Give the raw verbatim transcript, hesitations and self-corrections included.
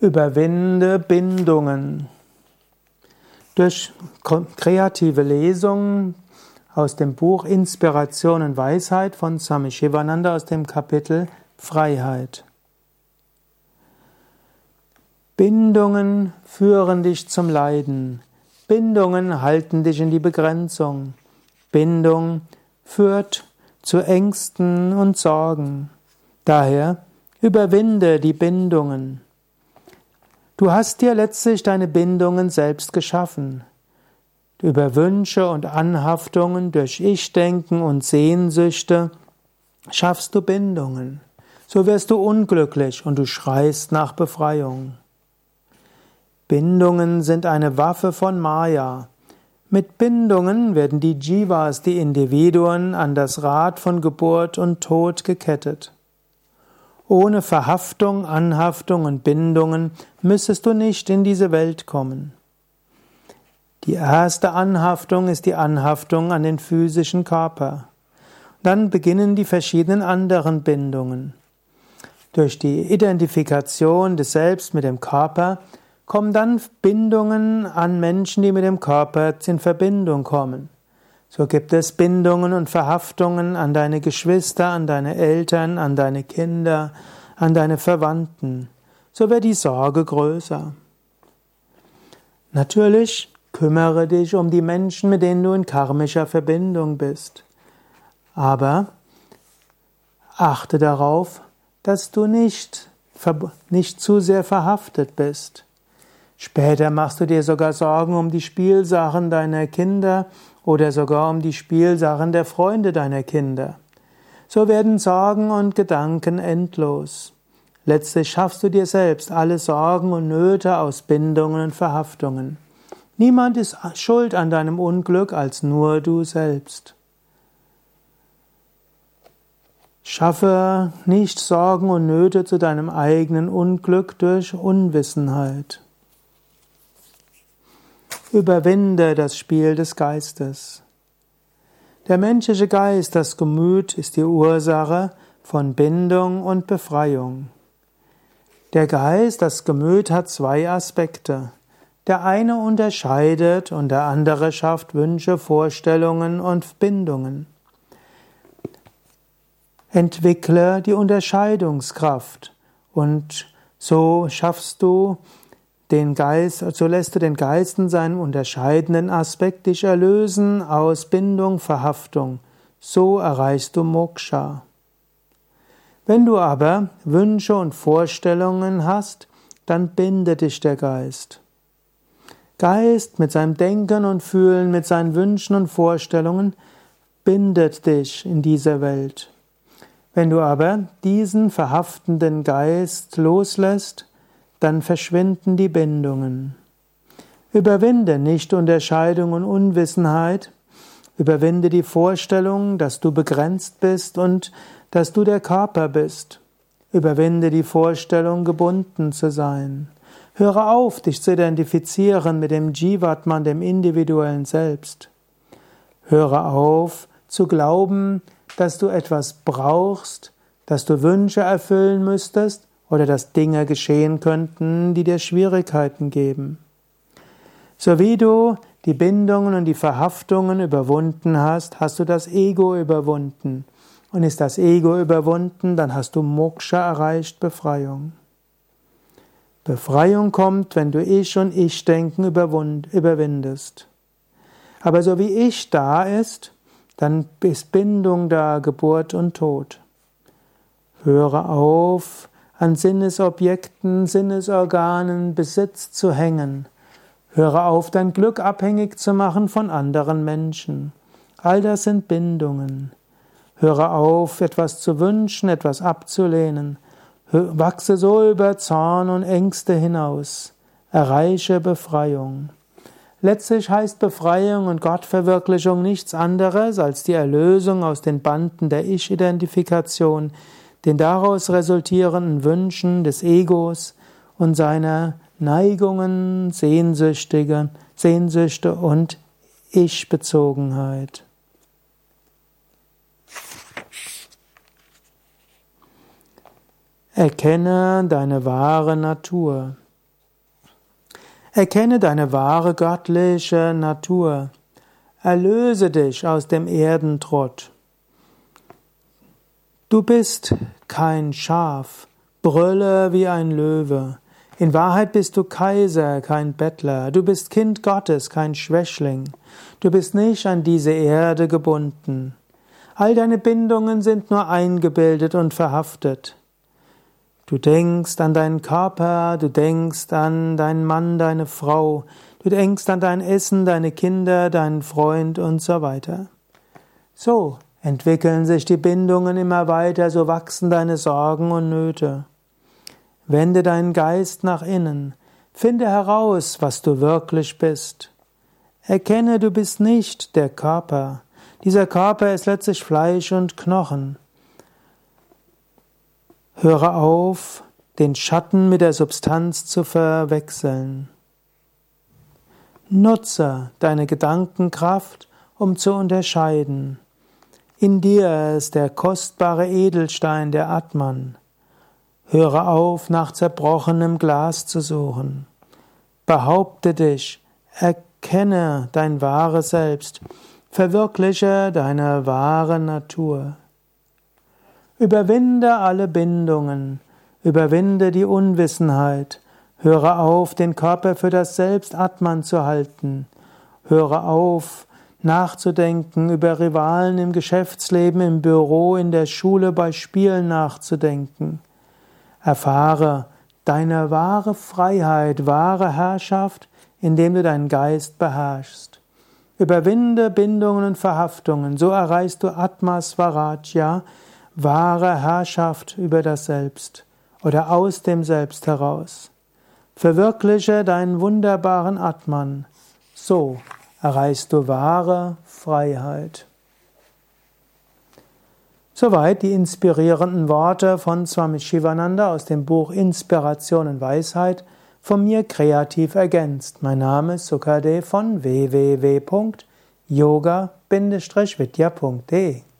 Überwinde Bindungen. Durch kreative Lesungen aus dem Buch Inspiration und Weisheit von Swami Shivananda aus dem Kapitel Freiheit. Bindungen führen dich zum Leiden. Bindungen halten dich in die Begrenzung. Bindung führt zu Ängsten und Sorgen. Daher überwinde die Bindungen. Du hast dir letztlich deine Bindungen selbst geschaffen. Über Wünsche und Anhaftungen durch Ich-Denken und Sehnsüchte schaffst du Bindungen. So wirst du unglücklich und du schreist nach Befreiung. Bindungen sind eine Waffe von Maya. Mit Bindungen werden die Jivas, die Individuen, an das Rad von Geburt und Tod gekettet. Ohne Verhaftung, Anhaftung und Bindungen müsstest du nicht in diese Welt kommen. Die erste Anhaftung ist die Anhaftung an den physischen Körper. Dann beginnen die verschiedenen anderen Bindungen. Durch die Identifikation des Selbst mit dem Körper kommen dann Bindungen an Menschen, die mit dem Körper in Verbindung kommen. So gibt es Bindungen und Verhaftungen an deine Geschwister, an deine Eltern, an deine Kinder, an deine Verwandten. So wird die Sorge größer. Natürlich kümmere dich um die Menschen, mit denen du in karmischer Verbindung bist. Aber achte darauf, dass du nicht, nicht zu sehr verhaftet bist. Später machst du dir sogar Sorgen um die Spielsachen deiner Kinder oder sogar um die Spielsachen der Freunde deiner Kinder. So werden Sorgen und Gedanken endlos. Letztlich schaffst du dir selbst alle Sorgen und Nöte aus Bindungen und Verhaftungen. Niemand ist schuld an deinem Unglück als nur du selbst. Schaffe nicht Sorgen und Nöte zu deinem eigenen Unglück durch Unwissenheit. Überwinde das Spiel des Geistes. Der menschliche Geist, das Gemüt, ist die Ursache von Bindung und Befreiung. Der Geist, das Gemüt, hat zwei Aspekte. Der eine unterscheidet und der andere schafft Wünsche, Vorstellungen und Bindungen. Entwickle die Unterscheidungskraft und so schaffst du den Geist, so lässt du den Geist in seinem unterscheidenden Aspekt dich erlösen aus Bindung, Verhaftung. So erreichst du Moksha. Wenn du aber Wünsche und Vorstellungen hast, dann binde dich der Geist. Geist mit seinem Denken und Fühlen, mit seinen Wünschen und Vorstellungen bindet dich in dieser Welt. Wenn du aber diesen verhaftenden Geist loslässt, dann verschwinden die Bindungen. Überwinde nicht Unterscheidung und Unwissenheit, überwinde die Vorstellung, dass du begrenzt bist und dass du der Körper bist. Überwinde die Vorstellung, gebunden zu sein. Höre auf, dich zu identifizieren mit dem Jivatman, dem individuellen Selbst. Höre auf, zu glauben, dass du etwas brauchst, dass du Wünsche erfüllen müsstest oder dass Dinge geschehen könnten, die dir Schwierigkeiten geben. So wie du die Bindungen und die Verhaftungen überwunden hast, hast du das Ego überwunden. Und ist das Ego überwunden, dann hast du Moksha erreicht, Befreiung. Befreiung kommt, wenn du Ich und Ich-Denken überwindest. Aber so wie Ich da ist, dann ist Bindung da, Geburt und Tod. Höre auf, an Sinnesobjekten, Sinnesorganen, Besitz zu hängen. Höre auf, dein Glück abhängig zu machen von anderen Menschen. All das sind Bindungen. Höre auf, etwas zu wünschen, etwas abzulehnen. Wachse so über Zorn und Ängste hinaus. Erreiche Befreiung. Letztlich heißt Befreiung und Gottverwirklichung nichts anderes als die Erlösung aus den Banden der Ich-Identifikation, den daraus resultierenden Wünschen des Egos und seiner Neigungen, Sehnsüchtige, Sehnsüchte und Ich-Bezogenheit. Erkenne deine wahre Natur. Erkenne deine wahre göttliche Natur. Erlöse dich aus dem Erdentrott. Du bist kein Schaf, brülle wie ein Löwe. In Wahrheit bist du Kaiser, kein Bettler. Du bist Kind Gottes, kein Schwächling. Du bist nicht an diese Erde gebunden. All deine Bindungen sind nur eingebildet und verhaftet. Du denkst an deinen Körper, du denkst an deinen Mann, deine Frau, du denkst an dein Essen, deine Kinder, deinen Freund und so weiter. So entwickeln sich die Bindungen immer weiter, so wachsen deine Sorgen und Nöte. Wende deinen Geist nach innen, finde heraus, was du wirklich bist. Erkenne, du bist nicht der Körper. Dieser Körper ist letztlich Fleisch und Knochen. Höre auf, den Schatten mit der Substanz zu verwechseln. Nutze deine Gedankenkraft, um zu unterscheiden. In dir ist der kostbare Edelstein, der Atman. Höre auf, nach zerbrochenem Glas zu suchen. Behaupte dich, erkenne dein wahres Selbst, verwirkliche deine wahre Natur. Überwinde alle Bindungen, überwinde die Unwissenheit, höre auf, den Körper für das Selbst Atman zu halten, höre auf, nachzudenken, über Rivalen im Geschäftsleben, im Büro, in der Schule, bei Spielen nachzudenken. Erfahre deine wahre Freiheit, wahre Herrschaft, indem du deinen Geist beherrschst. Überwinde Bindungen und Verhaftungen, so erreichst du Atma Svaraja, wahre Herrschaft über das Selbst oder aus dem Selbst heraus. Verwirkliche deinen wunderbaren Atman, so erreichst du wahre Freiheit. Soweit die inspirierenden Worte von Swami Shivananda aus dem Buch Inspiration und Weisheit, von mir kreativ ergänzt. Mein Name ist Sukadev von w w w punkt yoga Bindestrich vidya punkt de